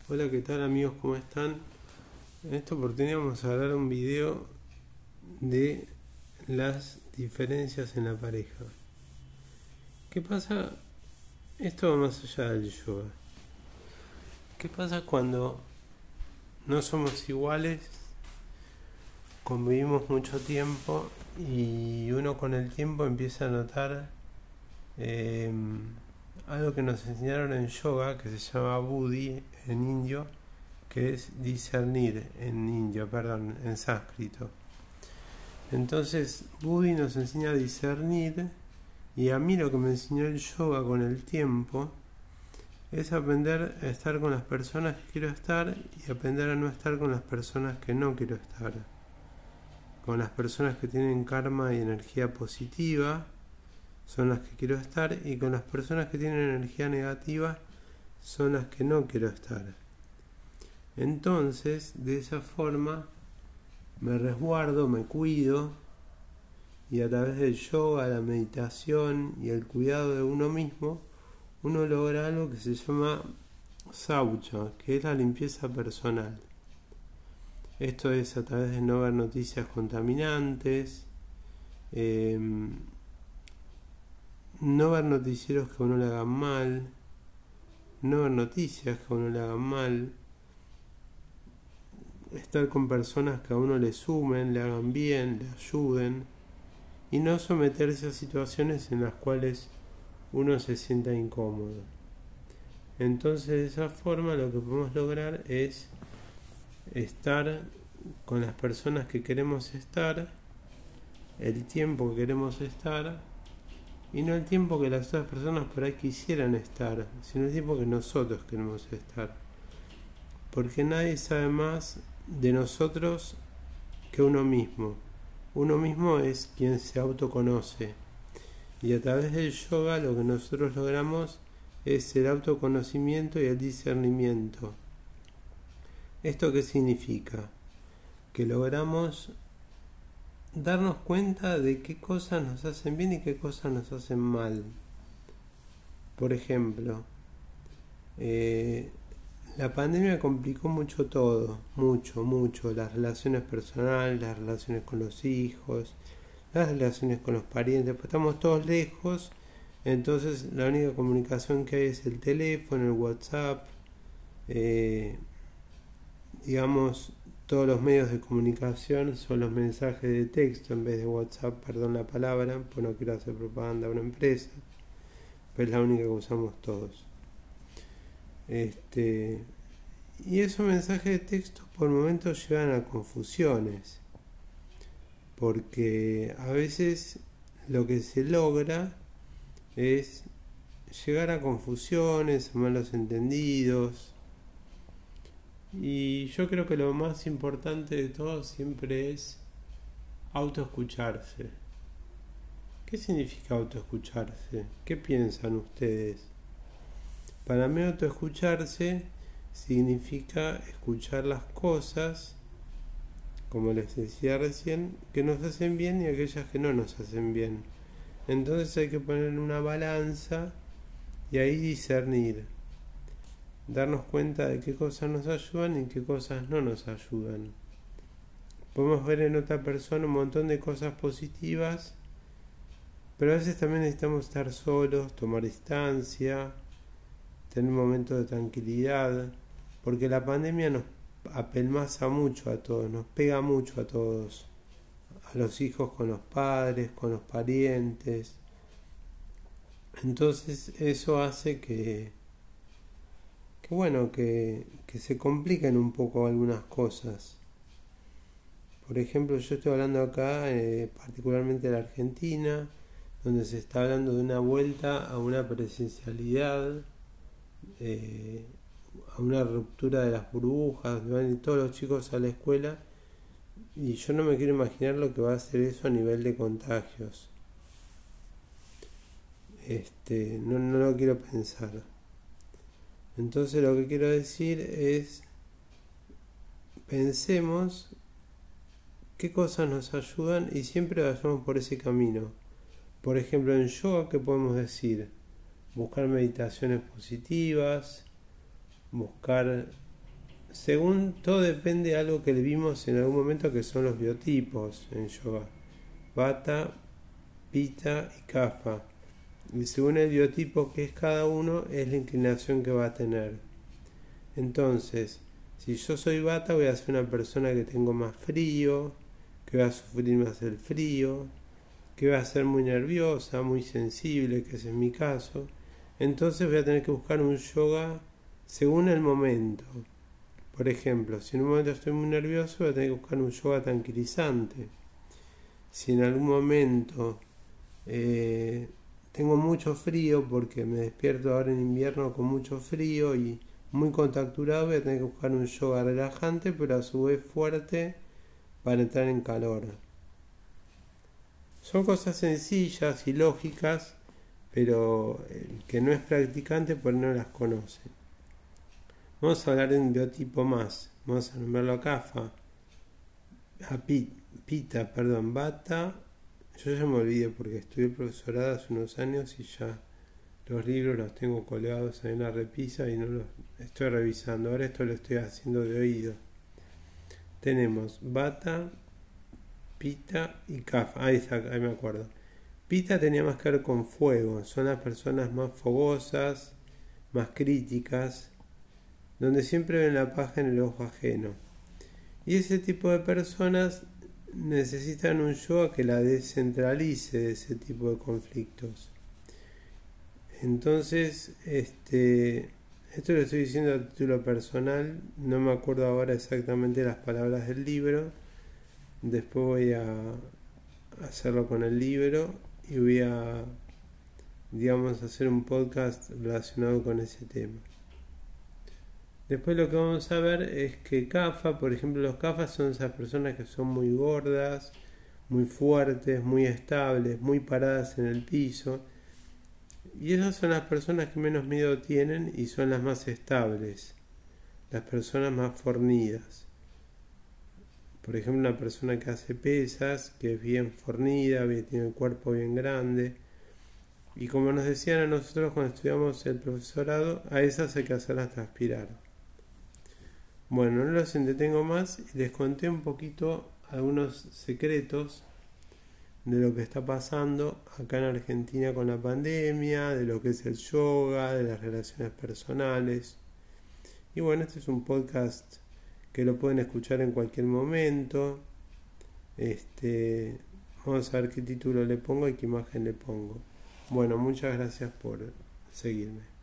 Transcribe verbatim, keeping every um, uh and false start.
Hola, ¿qué tal amigos? ¿Cómo están? En esta oportunidad vamos a hablar un video de las diferencias en la pareja. ¿Qué pasa? Esto va más allá del yoga. ¿Qué pasa cuando no somos iguales, convivimos mucho tiempo y uno con el tiempo empieza a notar eh, algo que nos enseñaron en yoga que se llama buddhi en indio, que es discernir en indio, perdón, en sánscrito. Entonces, Buddhi nos enseña a discernir, y a mí lo que me enseñó el yoga con el tiempo es aprender a estar con las personas que quiero estar y aprender a no estar con las personas que no quiero estar. Con las personas que tienen karma y energía positiva son las que quiero estar, y con las personas que tienen energía negativa son las que no quiero estar. Entonces, de esa forma, me resguardo, me cuido, y a través del yoga, la meditación y el cuidado de uno mismo, uno logra algo que se llama saucha, que es la limpieza personal. Esto es a través de no ver noticias contaminantes, eh, no ver noticieros que a uno le hagan mal, no ver noticias que a uno le hagan mal, estar con personas que a uno le sumen, le hagan bien, le ayuden, y no someterse a situaciones en las cuales uno se sienta incómodo. Entonces, de esa forma lo que podemos lograr es estar con las personas que queremos estar, el tiempo que queremos estar, y no el tiempo que las otras personas por ahí quisieran estar, sino el tiempo que nosotros queremos estar. Porque nadie sabe más de nosotros que uno mismo. Uno mismo es quien se autoconoce, y a través del yoga lo que nosotros logramos es el autoconocimiento y el discernimiento. ¿Esto qué significa? Que logramos darnos cuenta de qué cosas nos hacen bien y qué cosas nos hacen mal. Por ejemplo, eh, la pandemia complicó mucho todo, mucho, mucho, las relaciones personales, las relaciones con los hijos, las relaciones con los parientes, pues estamos todos lejos, entonces la única comunicación que hay es el teléfono, el WhatsApp, eh, digamos, todos los medios de comunicación son los mensajes de texto en vez de WhatsApp, perdón la palabra, pues no quiero hacer propaganda a una empresa, pero es la única que usamos todos. Este, y esos mensajes de texto por momentos llevan a confusiones, porque a veces lo que se logra es llegar a confusiones, a malos entendidos, y yo creo que lo más importante de todo siempre es autoescucharse. ¿Qué significa autoescucharse? ¿Qué piensan ustedes? Para mí autoescucharse significa escuchar las cosas, como les decía recién, que nos hacen bien y aquellas que no nos hacen bien. Entonces hay que poner una balanza y ahí discernir, darnos cuenta de qué cosas nos ayudan y qué cosas no nos ayudan. Podemos ver en otra persona un montón de cosas positivas, pero a veces también necesitamos estar solos, tomar distancia, tener momentos de tranquilidad, porque la pandemia nos apelmaza mucho a todos, nos pega mucho a todos, a los hijos con los padres, con los parientes. Entonces eso hace que, que bueno, que, que se compliquen un poco algunas cosas. Por ejemplo, yo estoy hablando acá, eh, particularmente de la Argentina, donde se está hablando de una vuelta a una presencialidad, eh, a una ruptura de las burbujas, van todos los chicos a la escuela, y yo no me quiero imaginar lo que va a hacer eso a nivel de contagios. Este, no, no lo quiero pensar. Entonces lo que quiero decir es, pensemos qué cosas nos ayudan y siempre vayamos por ese camino. Por ejemplo, en yoga, ¿qué podemos decir? Buscar meditaciones positivas, buscar según todo depende de algo que le vimos en algún momento, que son los biotipos en yoga. Vata, Pitta y Kapha. Y según el biotipo que es cada uno, es la inclinación que va a tener. Entonces, si yo soy Vata, voy a ser una persona que tengo más frío, que va a sufrir más el frío, que va a ser muy nerviosa, muy sensible, que ese es mi caso. Entonces voy a tener que buscar un yoga según el momento. Por ejemplo, si en un momento estoy muy nervioso, voy a tener que buscar un yoga tranquilizante. Si en algún momento eh, tengo mucho frío, porque me despierto ahora en invierno con mucho frío y muy contracturado, voy a tener que buscar un yoga relajante, pero a su vez fuerte para entrar en calor. Son cosas sencillas y lógicas, pero el que no es practicante pues no las conoce. Vamos a hablar de un biotipo más. Vamos a nombrarlo a Kapha, a Pitta, perdón, Vata. Yo ya me olvidé porque estudié profesorado hace unos años y ya los libros los tengo colgados ahí en la repisa y no los estoy revisando. Ahora esto lo estoy haciendo de oído. Tenemos Vata, Pitta y Kapha. Ahí está, ahí me acuerdo. Pitta tenía más que ver con fuego. Son las personas más fogosas, más críticas, donde siempre ven la paja en el ojo ajeno. Y ese tipo de personas necesitan un yoga que la descentralice de ese tipo de conflictos. Entonces, este, esto lo estoy diciendo a título personal, no me acuerdo ahora exactamente las palabras del libro, después voy a hacerlo con el libro y voy a, digamos, hacer un podcast relacionado con ese tema. Después lo que vamos a ver es que Kapha, por ejemplo, los Kaphas son esas personas que son muy gordas, muy fuertes, muy estables, muy paradas en el piso. Y esas son las personas que menos miedo tienen y son las más estables, las personas más fornidas. Por ejemplo, una persona que hace pesas, que es bien fornida, que tiene el cuerpo bien grande. Y como nos decían a nosotros cuando estudiamos el profesorado, a esas hay que hacerlas transpirar. Bueno, no los entretengo más y les conté un poquito algunos secretos de lo que está pasando acá en Argentina con la pandemia, de lo que es el yoga, de las relaciones personales. Y bueno, este es un podcast que lo pueden escuchar en cualquier momento. Este, vamos a ver qué título le pongo y qué imagen le pongo. Bueno, muchas gracias por seguirme.